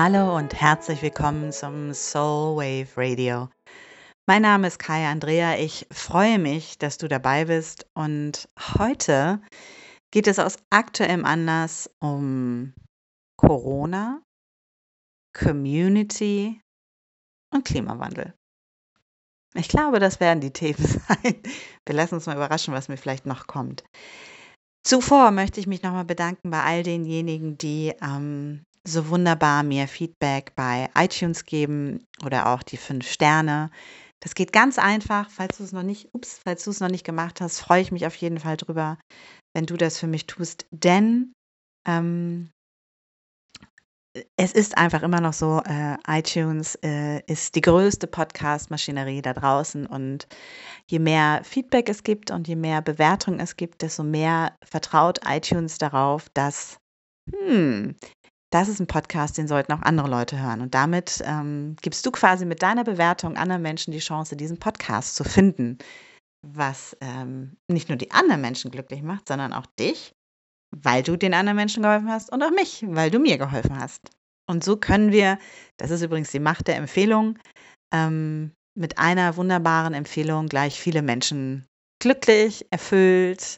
Hallo und herzlich willkommen zum Soul Wave Radio. Mein Name ist Kaya Andrea. Ich freue mich, dass du dabei bist. Und heute geht es aus aktuellem Anlass um Corona, Community und Klimawandel. Ich glaube, das werden die Themen sein. Wir lassen uns mal überraschen, was mir vielleicht noch kommt. Zuvor möchte ich mich nochmal bedanken bei all denjenigen, die so wunderbar mir Feedback bei iTunes geben oder auch die 5 Sterne. Das geht ganz einfach. Falls du es noch nicht gemacht hast, freue ich mich auf jeden Fall drüber, wenn du das für mich tust. Denn es ist einfach immer noch so, iTunes ist die größte Podcast-Maschinerie da draußen und je mehr Feedback es gibt und je mehr Bewertung es gibt, desto mehr vertraut iTunes darauf, dass das ist ein Podcast, den sollten auch andere Leute hören. Und damit gibst du quasi mit deiner Bewertung anderen Menschen die Chance, diesen Podcast zu finden, was nicht nur die anderen Menschen glücklich macht, sondern auch dich, weil du den anderen Menschen geholfen hast und auch mich, weil du mir geholfen hast. Und so können wir, das ist übrigens die Macht der Empfehlung, mit einer wunderbaren Empfehlung gleich viele Menschen glücklich, erfüllt,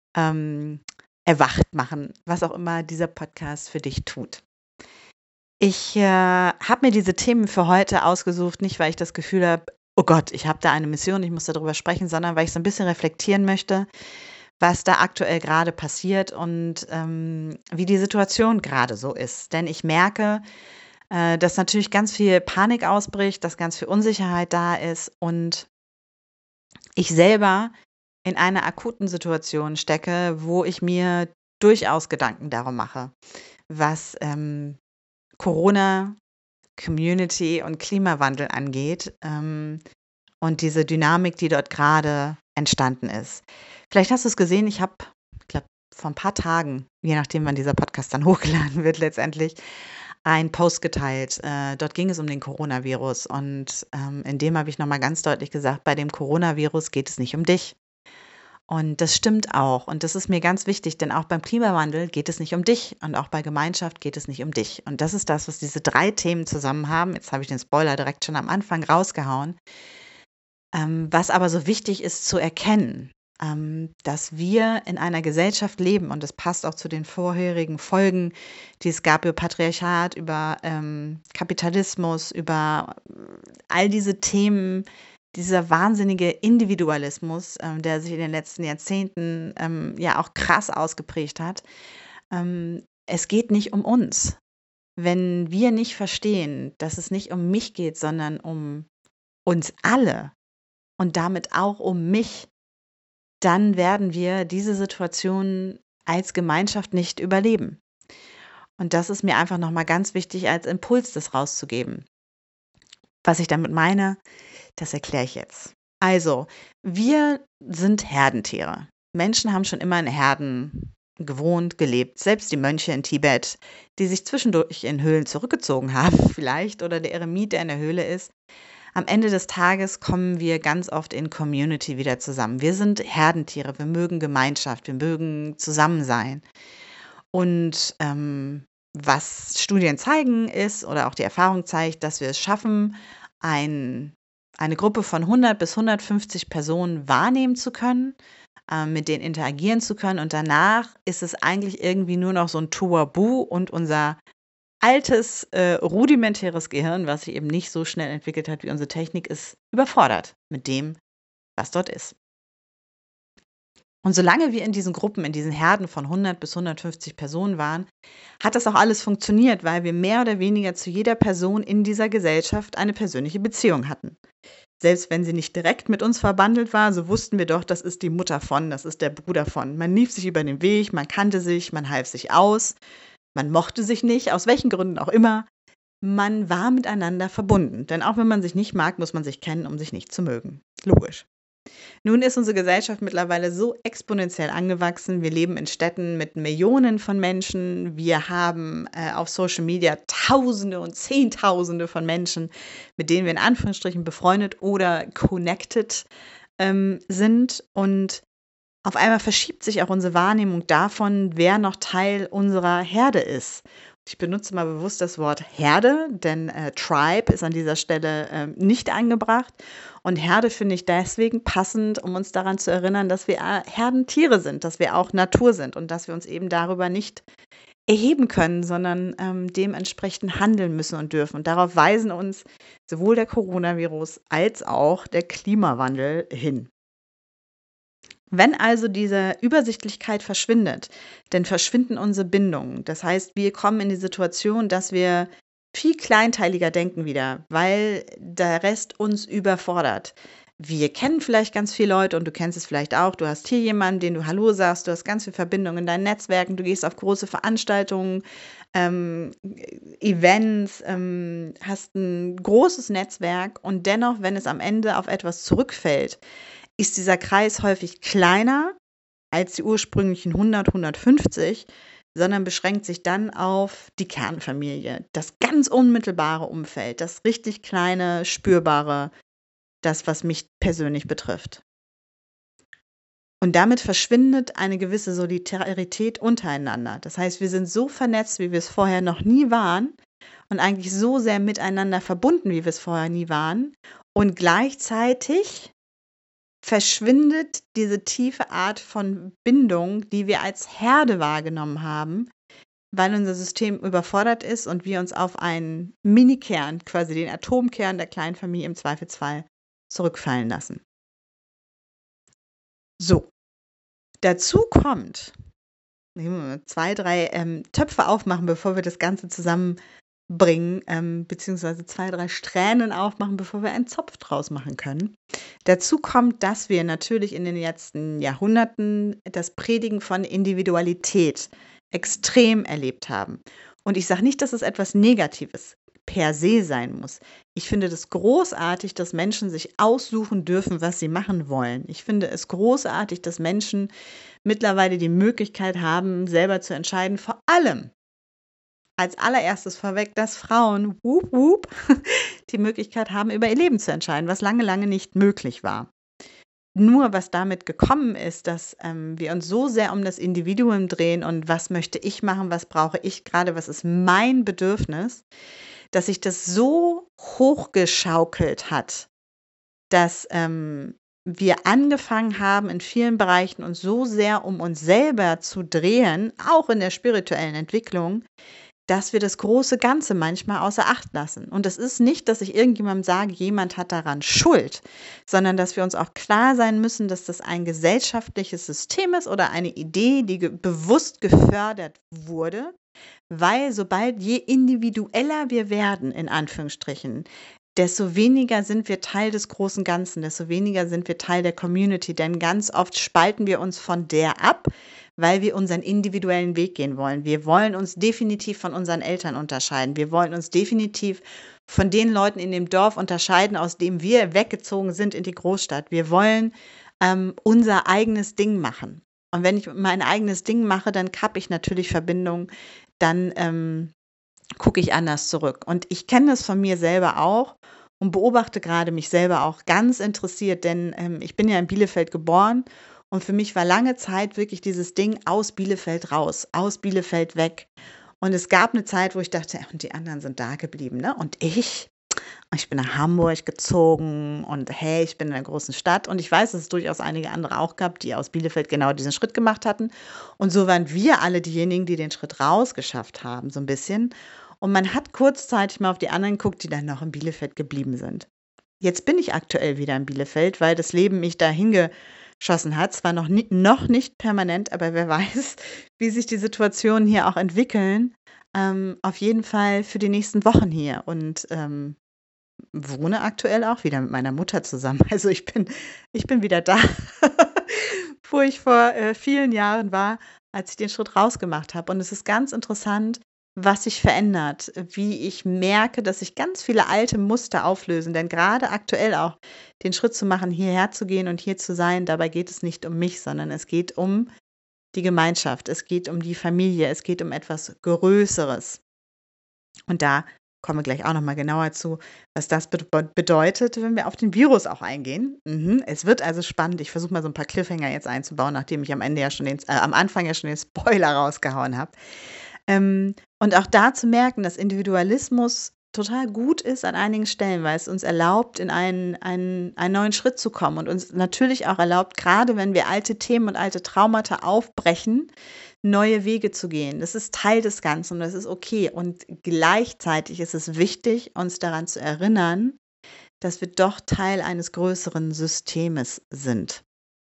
erwacht machen, was auch immer dieser Podcast für dich tut. Ich habe mir diese Themen für heute ausgesucht, nicht weil ich das Gefühl habe, oh Gott, ich habe da eine Mission, ich muss darüber sprechen, sondern weil ich so ein bisschen reflektieren möchte, was da aktuell gerade passiert und wie die Situation gerade so ist. Denn ich merke, dass natürlich ganz viel Panik ausbricht, dass ganz viel Unsicherheit da ist und ich selber in einer akuten Situation stecke, wo ich mir durchaus Gedanken darum mache, was Corona, Community und Klimawandel angeht und diese Dynamik, die dort gerade entstanden ist. Vielleicht hast du es gesehen, ich glaube, vor ein paar Tagen, je nachdem, wann dieser Podcast dann hochgeladen wird letztendlich, einen Post geteilt. Dort ging es um den Coronavirus und in dem habe ich nochmal ganz deutlich gesagt, bei dem Coronavirus geht es nicht um dich. Und das stimmt auch. Und das ist mir ganz wichtig, denn auch beim Klimawandel geht es nicht um dich und auch bei Gemeinschaft geht es nicht um dich. Und das ist das, was diese 3 Themen zusammen haben. Jetzt habe ich den Spoiler direkt schon am Anfang rausgehauen. Was aber so wichtig ist zu erkennen, dass wir in einer Gesellschaft leben und das passt auch zu den vorherigen Folgen, die es gab über Patriarchat, über Kapitalismus, über all diese Themen, dieser wahnsinnige Individualismus, der sich in den letzten Jahrzehnten ja auch krass ausgeprägt hat. Es geht nicht um uns. Wenn wir nicht verstehen, dass es nicht um mich geht, sondern um uns alle und damit auch um mich, dann werden wir diese Situation als Gemeinschaft nicht überleben. Und das ist mir einfach nochmal ganz wichtig als Impuls, das rauszugeben. Was ich damit meine, das erkläre ich jetzt. Also, wir sind Herdentiere. Menschen haben schon immer in Herden gewohnt, gelebt. Selbst die Mönche in Tibet, die sich zwischendurch in Höhlen zurückgezogen haben, vielleicht, oder der Eremit, der in der Höhle ist. Am Ende des Tages kommen wir ganz oft in Community wieder zusammen. Wir sind Herdentiere, wir mögen Gemeinschaft, wir mögen Zusammensein. Und was Studien zeigen ist, oder auch die Erfahrung zeigt, dass wir es schaffen, eine Gruppe von 100 bis 150 Personen wahrnehmen zu können, mit denen interagieren zu können. Und danach ist es eigentlich irgendwie nur noch so ein Tohuwabohu und unser altes, rudimentäres Gehirn, was sich eben nicht so schnell entwickelt hat wie unsere Technik, ist überfordert mit dem, was dort ist. Und solange wir in diesen Gruppen, in diesen Herden von 100 bis 150 Personen waren, hat das auch alles funktioniert, weil wir mehr oder weniger zu jeder Person in dieser Gesellschaft eine persönliche Beziehung hatten. Selbst wenn sie nicht direkt mit uns verbandelt war, so wussten wir doch, das ist die Mutter von, das ist der Bruder von. Man lief sich über den Weg, man kannte sich, man half sich aus, man mochte sich nicht, aus welchen Gründen auch immer. Man war miteinander verbunden, denn auch wenn man sich nicht mag, muss man sich kennen, um sich nicht zu mögen. Logisch. Nun ist unsere Gesellschaft mittlerweile so exponentiell angewachsen. Wir leben in Städten mit Millionen von Menschen. Wir haben auf Social Media Tausende und Zehntausende von Menschen, mit denen wir in Anführungsstrichen befreundet oder connected sind. Und auf einmal verschiebt sich auch unsere Wahrnehmung davon, wer noch Teil unserer Herde ist. Ich benutze mal bewusst das Wort Herde, denn Tribe ist an dieser Stelle nicht angebracht. Und Herde finde ich deswegen passend, um uns daran zu erinnern, dass wir Herdentiere sind, dass wir auch Natur sind und dass wir uns eben darüber nicht erheben können, sondern dementsprechend handeln müssen und dürfen. Und darauf weisen uns sowohl der Coronavirus als auch der Klimawandel hin. Wenn also diese Übersichtlichkeit verschwindet, dann verschwinden unsere Bindungen. Das heißt, wir kommen in die Situation, dass wir viel kleinteiliger denken wieder, weil der Rest uns überfordert. Wir kennen vielleicht ganz viele Leute und du kennst es vielleicht auch. Du hast hier jemanden, den du Hallo sagst, du hast ganz viele Verbindungen in deinen Netzwerken, du gehst auf große Veranstaltungen, Events, hast ein großes Netzwerk und dennoch, wenn es am Ende auf etwas zurückfällt, ist dieser Kreis häufig kleiner als die ursprünglichen 100, 150, sondern beschränkt sich dann auf die Kernfamilie, das ganz unmittelbare Umfeld, das richtig kleine, spürbare, das, was mich persönlich betrifft. Und damit verschwindet eine gewisse Solidarität untereinander. Das heißt, wir sind so vernetzt, wie wir es vorher noch nie waren und eigentlich so sehr miteinander verbunden, wie wir es vorher nie waren. Und gleichzeitig verschwindet diese tiefe Art von Bindung, die wir als Herde wahrgenommen haben, weil unser System überfordert ist und wir uns auf einen Minikern, quasi den Atomkern der Kleinfamilie im Zweifelsfall, zurückfallen lassen. So, dazu kommt, 2, 3 Töpfe aufmachen, bevor wir das Ganze zusammenbringen, beziehungsweise 2, 3 Strähnen aufmachen, bevor wir einen Zopf draus machen können. Dazu kommt, dass wir natürlich in den letzten Jahrhunderten das Predigen von Individualität extrem erlebt haben. Und ich sage nicht, dass es etwas Negatives per se sein muss. Ich finde das großartig, dass Menschen sich aussuchen dürfen, was sie machen wollen. Ich finde es großartig, dass Menschen mittlerweile die Möglichkeit haben, selber zu entscheiden, vor allem als allererstes vorweg, dass Frauen die Möglichkeit haben, über ihr Leben zu entscheiden, was lange, lange nicht möglich war. Nur was damit gekommen ist, dass wir uns so sehr um das Individuum drehen und was möchte ich machen, was brauche ich gerade, was ist mein Bedürfnis, dass sich das so hochgeschaukelt hat, dass wir angefangen haben, in vielen Bereichen uns so sehr um uns selber zu drehen, auch in der spirituellen Entwicklung, dass wir das große Ganze manchmal außer Acht lassen. Und das ist nicht, dass ich irgendjemandem sage, jemand hat daran Schuld, sondern dass wir uns auch klar sein müssen, dass das ein gesellschaftliches System ist oder eine Idee, die bewusst gefördert wurde, weil sobald je individueller wir werden, in Anführungsstrichen, desto weniger sind wir Teil des großen Ganzen, desto weniger sind wir Teil der Community, denn ganz oft spalten wir uns von der ab, weil wir unseren individuellen Weg gehen wollen. Wir wollen uns definitiv von unseren Eltern unterscheiden. Wir wollen uns definitiv von den Leuten in dem Dorf unterscheiden, aus dem wir weggezogen sind in die Großstadt. Wir wollen unser eigenes Ding machen. Und wenn ich mein eigenes Ding mache, dann kappe ich natürlich Verbindungen, dann gucke ich anders zurück. Und ich kenne das von mir selber auch und beobachte gerade mich selber auch ganz interessiert, denn ich bin ja in Bielefeld geboren und für mich war lange Zeit wirklich dieses Ding aus Bielefeld raus, aus Bielefeld weg. Und es gab eine Zeit, wo ich dachte, und die anderen sind da geblieben, ne? Und ich bin nach Hamburg gezogen und hey, ich bin in einer großen Stadt. Und ich weiß, dass es durchaus einige andere auch gab, die aus Bielefeld genau diesen Schritt gemacht hatten. Und so waren wir alle diejenigen, die den Schritt rausgeschafft haben, so ein bisschen. Und man hat kurzzeitig mal auf die anderen geguckt, die dann noch in Bielefeld geblieben sind. Jetzt bin ich aktuell wieder in Bielefeld, weil das Leben mich da hingeschossen hat. Zwar noch nicht permanent, aber wer weiß, wie sich die Situationen hier auch entwickeln. Auf jeden Fall für die nächsten Wochen hier und wohne aktuell auch wieder mit meiner Mutter zusammen. Also ich bin wieder da, wo ich vor vielen Jahren war, als ich den Schritt rausgemacht habe. Und es ist ganz interessant, was sich verändert, wie ich merke, dass sich ganz viele alte Muster auflösen. Denn gerade aktuell auch den Schritt zu machen, hierher zu gehen und hier zu sein, dabei geht es nicht um mich, sondern es geht um die Gemeinschaft, es geht um die Familie, es geht um etwas Größeres. Und da kommen wir gleich auch nochmal genauer zu, was das bedeutet, wenn wir auf den Virus auch eingehen. Es wird also spannend. Ich versuche mal so ein paar Cliffhanger jetzt einzubauen, nachdem ich am Anfang ja schon den Spoiler rausgehauen habe. Und auch da zu merken, dass Individualismus total gut ist an einigen Stellen, weil es uns erlaubt, in einen neuen Schritt zu kommen und uns natürlich auch erlaubt, gerade wenn wir alte Themen und alte Traumata aufbrechen, neue Wege zu gehen. Das ist Teil des Ganzen und das ist okay. Und gleichzeitig ist es wichtig, uns daran zu erinnern, dass wir doch Teil eines größeren Systems sind.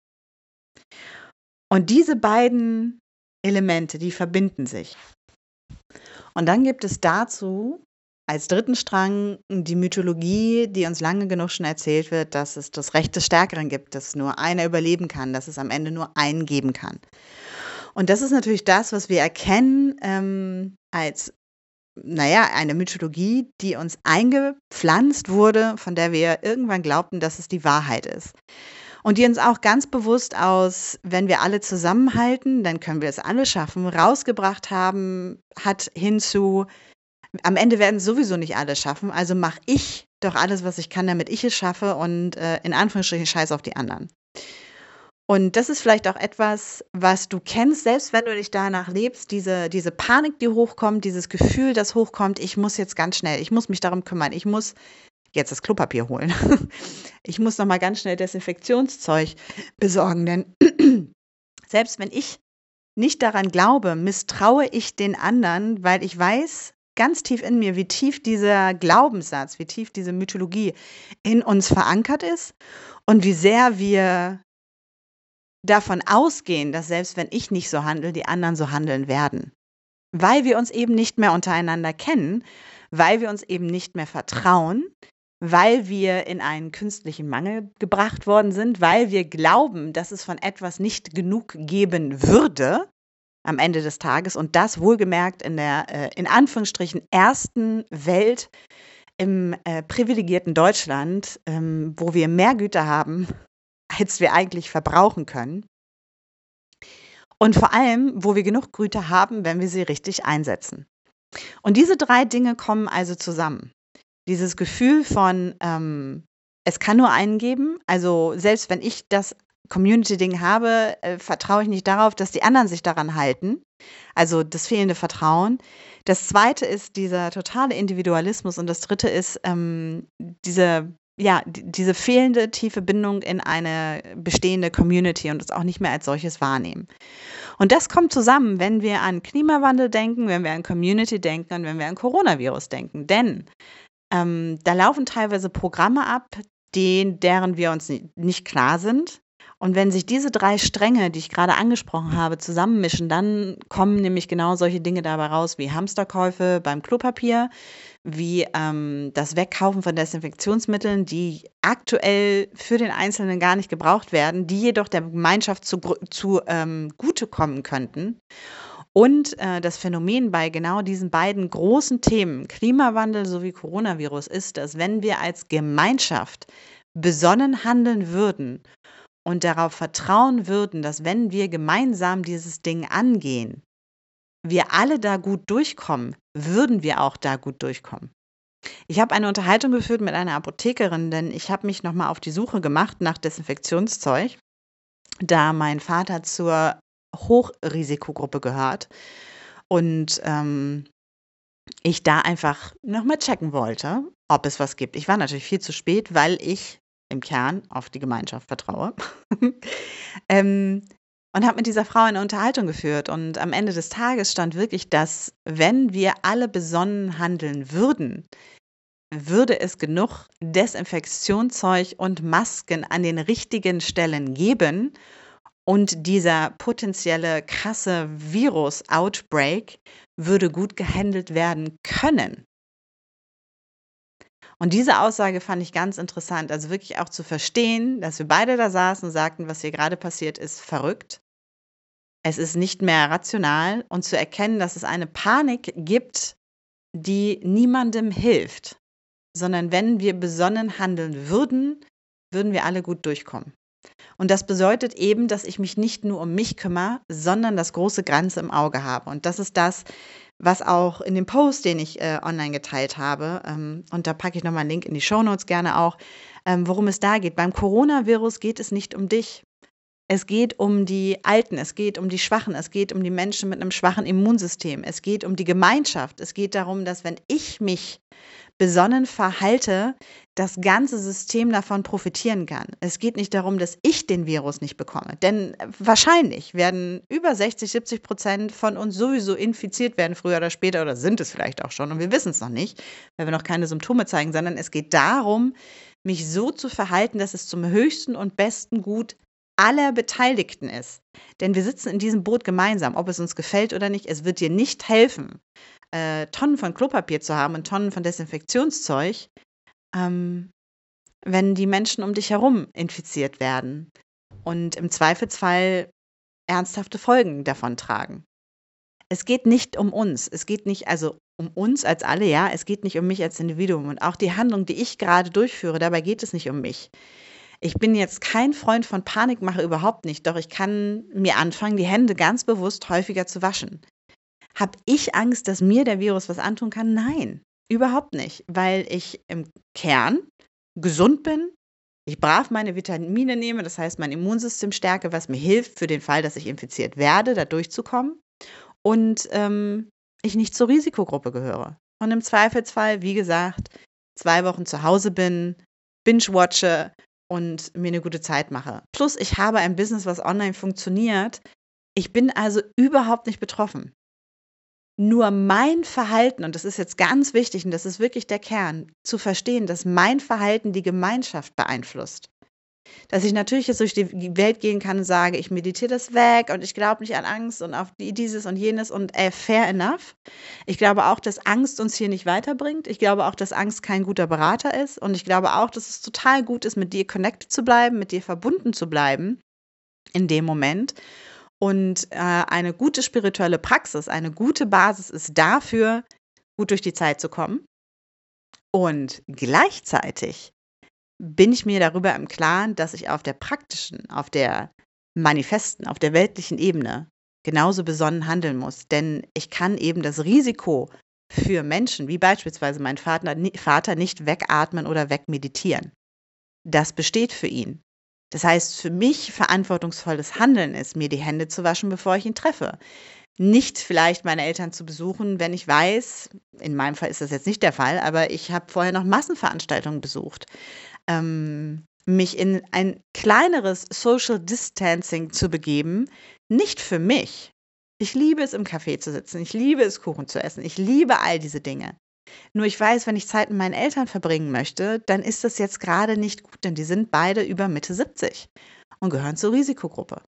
Und diese beiden Elemente, die verbinden sich. Und dann gibt es dazu als dritten Strang die Mythologie, die uns lange genug schon erzählt wird, dass es das Recht des Stärkeren gibt, dass nur einer überleben kann, dass es am Ende nur einen geben kann. Und das ist natürlich das, was wir erkennen als eine Mythologie, die uns eingepflanzt wurde, von der wir irgendwann glaubten, dass es die Wahrheit ist. Und die uns auch ganz bewusst aus, wenn wir alle zusammenhalten, dann können wir es alle schaffen, rausgebracht haben, hat hinzu, am Ende werden es sowieso nicht alle schaffen, also mache ich doch alles, was ich kann, damit ich es schaffe und in Anführungsstrichen scheiß auf die anderen. Und das ist vielleicht auch etwas, was du kennst, selbst wenn du nicht danach lebst, diese Panik, die hochkommt, dieses Gefühl, das hochkommt, ich muss jetzt ganz schnell, ich muss mich darum kümmern, ich muss jetzt das Klopapier holen. Ich muss noch mal ganz schnell Desinfektionszeug besorgen, denn selbst wenn ich nicht daran glaube, misstraue ich den anderen, weil ich weiß ganz tief in mir, wie tief dieser Glaubenssatz, wie tief diese Mythologie in uns verankert ist und wie sehr wir davon ausgehen, dass selbst wenn ich nicht so handle, die anderen so handeln werden. Weil wir uns eben nicht mehr untereinander kennen, weil wir uns eben nicht mehr vertrauen, weil wir in einen künstlichen Mangel gebracht worden sind, weil wir glauben, dass es von etwas nicht genug geben würde am Ende des Tages und das wohlgemerkt in der, in Anführungsstrichen, ersten Welt im privilegierten Deutschland, wo wir mehr Güter haben, als wir eigentlich verbrauchen können. Und vor allem, wo wir genug Güter haben, wenn wir sie richtig einsetzen. Und diese drei Dinge kommen also zusammen. Dieses Gefühl von, es kann nur einen geben, also selbst wenn ich das Community-Ding habe, vertraue ich nicht darauf, dass die anderen sich daran halten. Also das fehlende Vertrauen. Das zweite ist dieser totale Individualismus und das dritte ist diese fehlende tiefe Bindung in eine bestehende Community und es auch nicht mehr als solches wahrnehmen. Und das kommt zusammen, wenn wir an Klimawandel denken, wenn wir an Community denken und wenn wir an Coronavirus denken. Denn da laufen teilweise Programme ab, deren wir uns nicht klar sind. Und wenn sich diese drei Stränge, die ich gerade angesprochen habe, zusammenmischen, dann kommen nämlich genau solche Dinge dabei raus wie Hamsterkäufe beim Klopapier, wie das Wegkaufen von Desinfektionsmitteln, die aktuell für den Einzelnen gar nicht gebraucht werden, die jedoch der Gemeinschaft zugutekommen könnten. Und das Phänomen bei genau diesen beiden großen Themen, Klimawandel sowie Coronavirus, ist, dass wenn wir als Gemeinschaft besonnen handeln würden und darauf vertrauen würden, dass wenn wir gemeinsam dieses Ding angehen, wir alle da gut durchkommen, würden wir auch da gut durchkommen. Ich habe eine Unterhaltung geführt mit einer Apothekerin, denn ich habe mich nochmal auf die Suche gemacht nach Desinfektionszeug, da mein Vater zur Hochrisikogruppe gehört und ich da einfach nochmal checken wollte, ob es was gibt. Ich war natürlich viel zu spät, weil ich im Kern auf die Gemeinschaft vertraue. Und habe mit dieser Frau eine Unterhaltung geführt. Und am Ende des Tages stand wirklich, dass wenn wir alle besonnen handeln würden, würde es genug Desinfektionszeug und Masken an den richtigen Stellen geben und dieser potenzielle krasse Virus-Outbreak würde gut gehandelt werden können. Und diese Aussage fand ich ganz interessant, also wirklich auch zu verstehen, dass wir beide da saßen und sagten, was hier gerade passiert, ist verrückt. Es ist nicht mehr rational und zu erkennen, dass es eine Panik gibt, die niemandem hilft, sondern wenn wir besonnen handeln würden, würden wir alle gut durchkommen. Und das bedeutet eben, dass ich mich nicht nur um mich kümmere, sondern das große Ganze im Auge habe. Und das ist das, was auch in dem Post, den ich online geteilt habe, und da packe ich nochmal einen Link in die Shownotes gerne auch, worum es da geht. Beim Coronavirus geht es nicht um dich. Es geht um die Alten, es geht um die Schwachen, es geht um die Menschen mit einem schwachen Immunsystem, es geht um die Gemeinschaft, es geht darum, dass wenn ich mich besonnen verhalte, das ganze System davon profitieren kann. Es geht nicht darum, dass ich den Virus nicht bekomme, denn wahrscheinlich werden über 60-70% von uns sowieso infiziert werden, früher oder später, oder sind es vielleicht auch schon, und wir wissen es noch nicht, weil wir noch keine Symptome zeigen, sondern es geht darum, mich so zu verhalten, dass es zum höchsten und besten Gut aller Beteiligten ist. Denn wir sitzen in diesem Boot gemeinsam, ob es uns gefällt oder nicht. Es wird dir nicht helfen, Tonnen von Klopapier zu haben und Tonnen von Desinfektionszeug, wenn die Menschen um dich herum infiziert werden und im Zweifelsfall ernsthafte Folgen davon tragen. Es geht nicht um uns. Es geht nicht, also um uns als alle, ja. Es geht nicht um mich als Individuum. Und auch die Handlung, die ich gerade durchführe, dabei geht es nicht um mich. Ich bin jetzt kein Freund von Panikmache, überhaupt nicht. Doch ich kann mir anfangen, die Hände ganz bewusst häufiger zu waschen. Habe ich Angst, dass mir der Virus was antun kann? Nein, überhaupt nicht. Weil ich im Kern gesund bin, ich brav meine Vitamine nehme, das heißt mein Immunsystem stärke, was mir hilft für den Fall, dass ich infiziert werde, da durchzukommen. Und ich nicht zur Risikogruppe gehöre. Und im Zweifelsfall, wie gesagt, 2 Wochen zu Hause bin, binge-watche und mir eine gute Zeit mache. Plus, ich habe ein Business, was online funktioniert. Ich bin also überhaupt nicht betroffen. Nur mein Verhalten, und das ist jetzt ganz wichtig, und das ist wirklich der Kern, zu verstehen, dass mein Verhalten die Gemeinschaft beeinflusst. Dass ich natürlich jetzt durch die Welt gehen kann und sage, ich meditiere das weg und ich glaube nicht an Angst und auf dieses und jenes und fair enough. Ich glaube auch, dass Angst uns hier nicht weiterbringt. Ich glaube auch, dass Angst kein guter Berater ist. Und ich glaube auch, dass es total gut ist, mit dir connected zu bleiben, mit dir verbunden zu bleiben in dem Moment. Und eine gute spirituelle Praxis, eine gute Basis ist dafür, gut durch die Zeit zu kommen. Und gleichzeitig bin ich mir darüber im Klaren, dass ich auf der praktischen, auf der manifesten, auf der weltlichen Ebene genauso besonnen handeln muss. Denn ich kann eben das Risiko für Menschen, wie beispielsweise mein Vater nicht wegatmen oder wegmeditieren. Das besteht für ihn. Das heißt, für mich verantwortungsvolles Handeln ist, mir die Hände zu waschen, bevor ich ihn treffe. Nicht vielleicht meine Eltern zu besuchen, wenn ich weiß, in meinem Fall ist das jetzt nicht der Fall, aber ich habe vorher noch Massenveranstaltungen besucht. Mich in ein kleineres Social Distancing zu begeben, nicht für mich. Ich liebe es, im Café zu sitzen. Ich liebe es, Kuchen zu essen. Ich liebe all diese Dinge. Nur ich weiß, wenn ich Zeit mit meinen Eltern verbringen möchte, dann ist das jetzt gerade nicht gut, denn die sind beide über Mitte 70 und gehören zur Risikogruppe.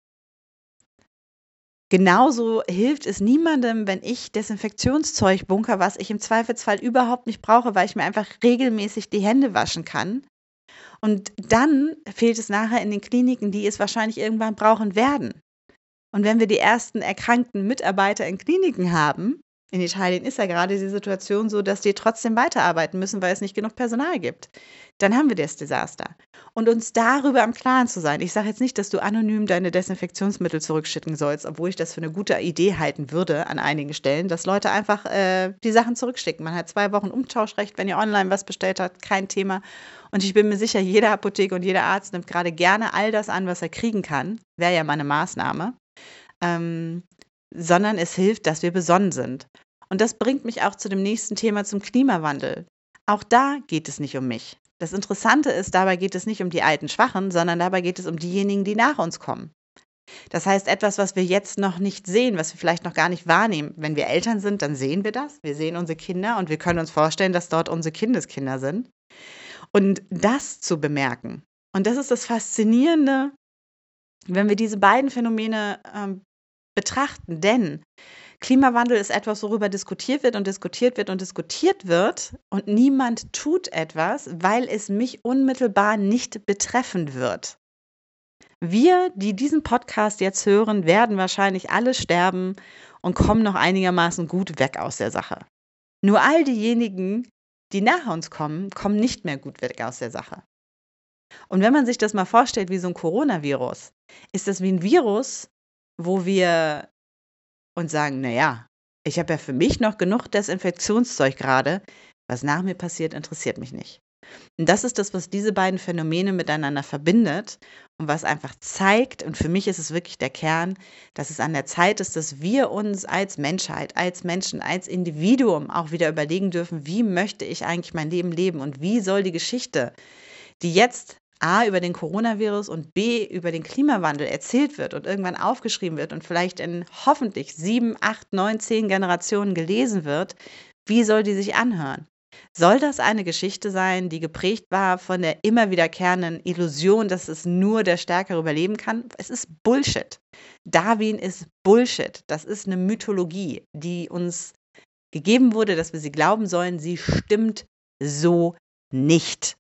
Genauso hilft es niemandem, wenn ich Desinfektionszeug bunker, was ich im Zweifelsfall überhaupt nicht brauche, weil ich mir einfach regelmäßig die Hände waschen kann. Und dann fehlt es nachher in den Kliniken, die es wahrscheinlich irgendwann brauchen werden. Und wenn wir die ersten erkrankten Mitarbeiter in Kliniken haben, in Italien ist ja gerade die Situation so, dass die trotzdem weiterarbeiten müssen, weil es nicht genug Personal gibt. Dann haben wir das Desaster. Und uns darüber im Klaren zu sein. Ich sage jetzt nicht, dass du anonym deine Desinfektionsmittel zurückschicken sollst, obwohl ich das für eine gute Idee halten würde an einigen Stellen, dass Leute einfach die Sachen zurückschicken. Man hat 2 Wochen Umtauschrecht, wenn ihr online was bestellt habt, kein Thema. Und ich bin mir sicher, jede Apotheke und jeder Arzt nimmt gerade gerne all das an, was er kriegen kann. Wäre ja mal eine Maßnahme. Sondern es hilft, dass wir besonnen sind. Und das bringt mich auch zu dem nächsten Thema, zum Klimawandel. Auch da geht es nicht um mich. Das Interessante ist, dabei geht es nicht um die alten Schwachen, sondern dabei geht es um diejenigen, die nach uns kommen. Das heißt, etwas, was wir jetzt noch nicht sehen, was wir vielleicht noch gar nicht wahrnehmen. Wenn wir Eltern sind, dann sehen wir das. Wir sehen unsere Kinder und wir können uns vorstellen, dass dort unsere Kindeskinder sind. Und das zu bemerken. Und das ist das Faszinierende, wenn wir diese beiden Phänomene betrachten. Denn Klimawandel ist etwas, worüber diskutiert wird und diskutiert wird und diskutiert wird. Und niemand tut etwas, weil es mich unmittelbar nicht betreffen wird. Wir, die diesen Podcast jetzt hören, werden wahrscheinlich alle sterben und kommen noch einigermaßen gut weg aus der Sache. Nur all diejenigen, die nach uns kommen, kommen nicht mehr gut weg aus der Sache. Und wenn man sich das mal vorstellt wie so ein Coronavirus, ist das wie ein Virus, wo wir uns sagen, naja, ich habe ja für mich noch genug Desinfektionszeug gerade, was nach mir passiert, interessiert mich nicht. Und das ist das, was diese beiden Phänomene miteinander verbindet und was einfach zeigt, und für mich ist es wirklich der Kern, dass es an der Zeit ist, dass wir uns als Menschheit, als Menschen, als Individuum auch wieder überlegen dürfen, wie möchte ich eigentlich mein Leben leben und wie soll die Geschichte, die jetzt A über den Coronavirus und B über den Klimawandel erzählt wird und irgendwann aufgeschrieben wird und vielleicht in hoffentlich 7, 8, 9, 10 Generationen gelesen wird, wie soll die sich anhören? Soll das eine Geschichte sein, die geprägt war von der immer wiederkehrenden Illusion, dass es nur der Stärkere überleben kann? Es ist Bullshit. Darwin ist Bullshit. Das ist eine Mythologie, die uns gegeben wurde, dass wir sie glauben sollen. Sie stimmt so nicht.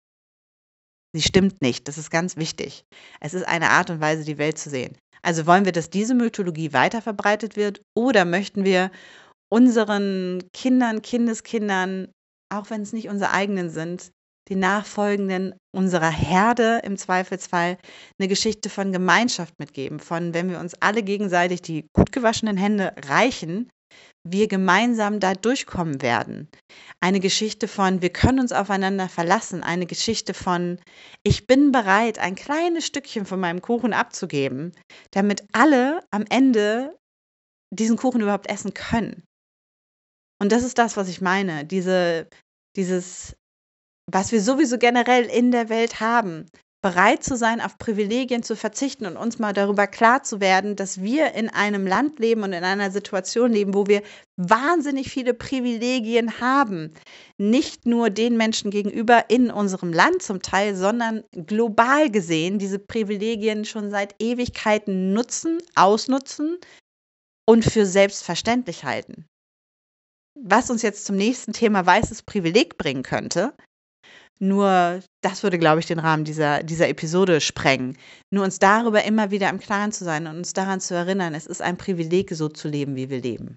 Sie stimmt nicht. Das ist ganz wichtig. Es ist eine Art und Weise, die Welt zu sehen. Also wollen wir, dass diese Mythologie weiter verbreitet wird, oder möchten wir unseren Kindern, Kindeskindern, auch wenn es nicht unsere eigenen sind, die Nachfolgenden unserer Herde im Zweifelsfall eine Geschichte von Gemeinschaft mitgeben, von wenn wir uns alle gegenseitig die gut gewaschenen Hände reichen, wir gemeinsam da durchkommen werden. Eine Geschichte von, wir können uns aufeinander verlassen. Eine Geschichte von, ich bin bereit, ein kleines Stückchen von meinem Kuchen abzugeben, damit alle am Ende diesen Kuchen überhaupt essen können. Und das ist das, was ich meine. Dieses, was wir sowieso generell in der Welt haben, bereit zu sein, auf Privilegien zu verzichten und uns mal darüber klar zu werden, dass wir in einem Land leben und in einer Situation leben, wo wir wahnsinnig viele Privilegien haben. Nicht nur den Menschen gegenüber in unserem Land zum Teil, sondern global gesehen diese Privilegien schon seit Ewigkeiten nutzen, ausnutzen und für selbstverständlich halten. Was uns jetzt zum nächsten Thema weißes Privileg bringen könnte. Nur das würde, glaube ich, den Rahmen dieser Episode sprengen. Nur uns darüber immer wieder im Klaren zu sein und uns daran zu erinnern, es ist ein Privileg, so zu leben, wie wir leben.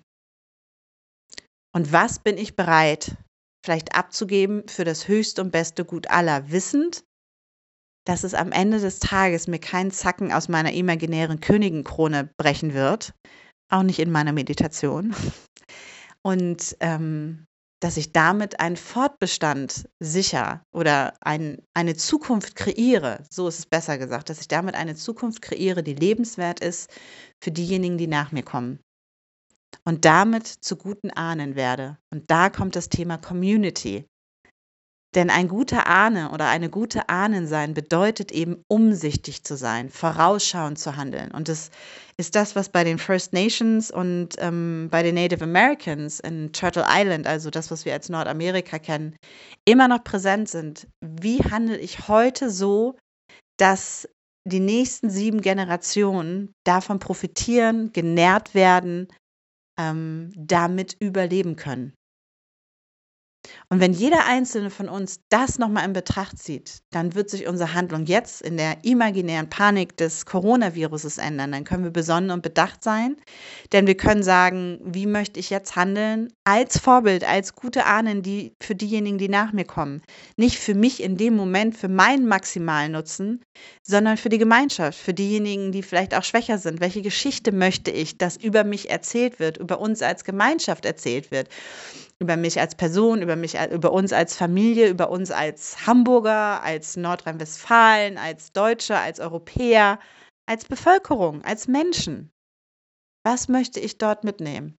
Und was bin ich bereit, vielleicht abzugeben für das höchste und beste Gut aller, wissend, dass es am Ende des Tages mir keinen Zacken aus meiner imaginären Königenkrone brechen wird, auch nicht in meiner Meditation. Und dass ich damit einen Fortbestand sicher oder eine Zukunft kreiere, so ist es besser gesagt, dass ich damit eine Zukunft kreiere, die lebenswert ist für diejenigen, die nach mir kommen. Und damit zu guten Ahnen werde. Und da kommt das Thema Community. Denn ein guter Ahne oder eine gute Ahnen sein bedeutet eben umsichtig zu sein, vorausschauend zu handeln. Und das ist das, was bei den First Nations und bei den Native Americans in Turtle Island, also das, was wir als Nordamerika kennen, immer noch präsent sind. Wie handle ich heute so, dass die nächsten 7 Generationen davon profitieren, genährt werden, damit überleben können? Und wenn jeder einzelne von uns das nochmal in Betracht zieht, dann wird sich unsere Handlung jetzt in der imaginären Panik des Coronaviruses ändern. Dann können wir besonnen und bedacht sein, denn wir können sagen, wie möchte ich jetzt handeln? Als Vorbild, als gute Ahnen für diejenigen, die nach mir kommen. Nicht für mich in dem Moment, für meinen maximalen Nutzen, sondern für die Gemeinschaft, für diejenigen, die vielleicht auch schwächer sind. Welche Geschichte möchte ich, dass über mich erzählt wird, über uns als Gemeinschaft erzählt wird? Über mich als Person, über uns als Familie, über uns als Hamburger, als Nordrhein-Westfalen, als Deutsche, als Europäer, als Bevölkerung, als Menschen. Was möchte ich dort mitnehmen?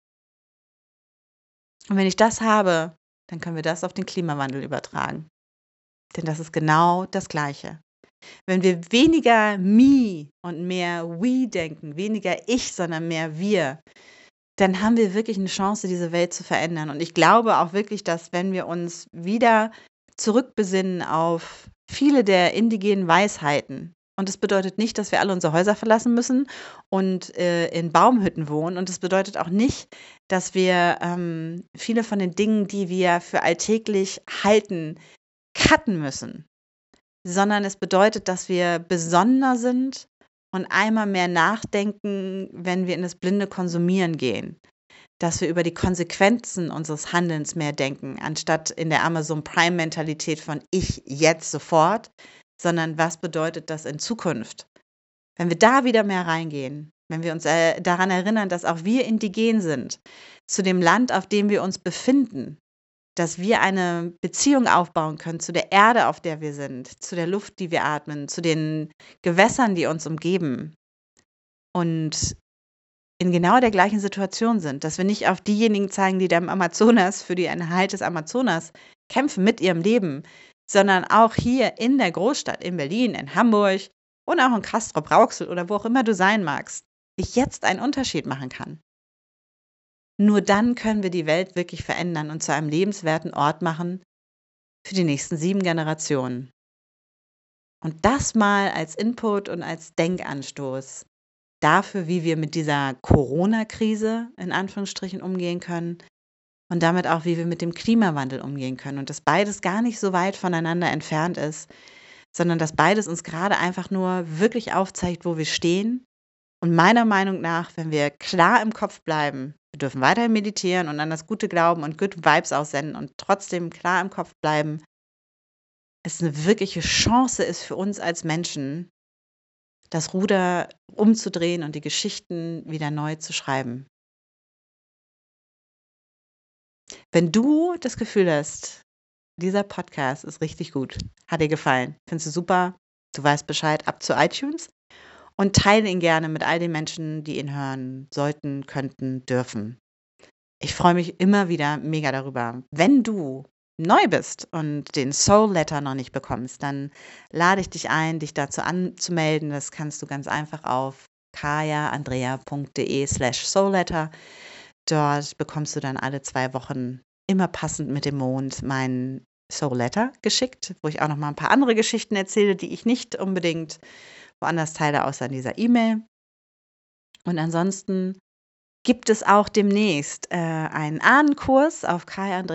Und wenn ich das habe, dann können wir das auf den Klimawandel übertragen. Denn das ist genau das Gleiche. Wenn wir weniger me und mehr we denken, weniger ich, sondern mehr wir, dann haben wir wirklich eine Chance, diese Welt zu verändern. Und ich glaube auch wirklich, dass wenn wir uns wieder zurückbesinnen auf viele der indigenen Weisheiten, und das bedeutet nicht, dass wir alle unsere Häuser verlassen müssen und in Baumhütten wohnen. Und das bedeutet auch nicht, dass wir viele von den Dingen, die wir für alltäglich halten, cutten müssen. Sondern es bedeutet, dass wir besonnener sind und einmal mehr nachdenken, wenn wir in das blinde Konsumieren gehen. Dass wir über die Konsequenzen unseres Handelns mehr denken, anstatt in der Amazon Prime-Mentalität von ich jetzt sofort, sondern was bedeutet das in Zukunft? Wenn wir da wieder mehr reingehen, wenn wir uns daran erinnern, dass auch wir indigen sind, zu dem Land, auf dem wir uns befinden, dass wir eine Beziehung aufbauen können zu der Erde, auf der wir sind, zu der Luft, die wir atmen, zu den Gewässern, die uns umgeben und in genau der gleichen Situation sind, dass wir nicht auf diejenigen zeigen, die da im Amazonas für den Erhalt des Amazonas kämpfen mit ihrem Leben, sondern auch hier in der Großstadt, in Berlin, in Hamburg und auch in Castrop-Rauxel oder wo auch immer du sein magst, ich jetzt einen Unterschied machen kann. Nur dann können wir die Welt wirklich verändern und zu einem lebenswerten Ort machen für die nächsten 7 Generationen. Und das mal als Input und als Denkanstoß dafür, wie wir mit dieser Corona-Krise in Anführungsstrichen umgehen können und damit auch, wie wir mit dem Klimawandel umgehen können. Und dass beides gar nicht so weit voneinander entfernt ist, sondern dass beides uns gerade einfach nur wirklich aufzeigt, wo wir stehen. Und meiner Meinung nach, wenn wir klar im Kopf bleiben, wir dürfen weiterhin meditieren und an das Gute glauben und Good Vibes aussenden und trotzdem klar im Kopf bleiben, es eine wirkliche Chance ist für uns als Menschen, das Ruder umzudrehen und die Geschichten wieder neu zu schreiben. Wenn du das Gefühl hast, dieser Podcast ist richtig gut, hat dir gefallen, findest du super, du weißt Bescheid, ab zu iTunes und teile ihn gerne mit all den Menschen, die ihn hören sollten, könnten, dürfen. Ich freue mich immer wieder mega darüber. Wenn du neu bist und den Soul Letter noch nicht bekommst, dann lade ich dich ein, dich dazu anzumelden. Das kannst du ganz einfach auf kajaandrea.de/soulletter. Dort bekommst du dann alle 2 Wochen immer passend mit dem Mond meinen Soul Letter geschickt, wo ich auch noch mal ein paar andere Geschichten erzähle, die ich nicht unbedingt woanders teile, außer in dieser E-Mail. Und ansonsten gibt es auch demnächst einen Ahnenkurs auf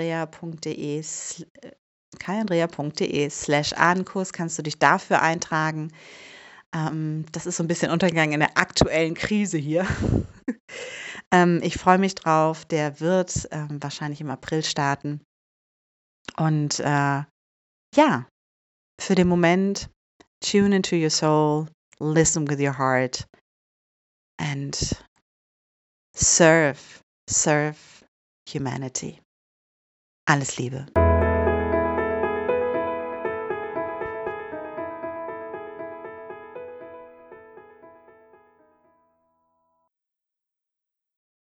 kaiandrea.de/ahnenkurs, kannst du dich dafür eintragen. Das ist so ein bisschen Untergang in der aktuellen Krise hier. Ich freue mich drauf. Der wird wahrscheinlich im April starten. Und ja, für den Moment, tune into your soul, listen with your heart and serve humanity. Alles Liebe.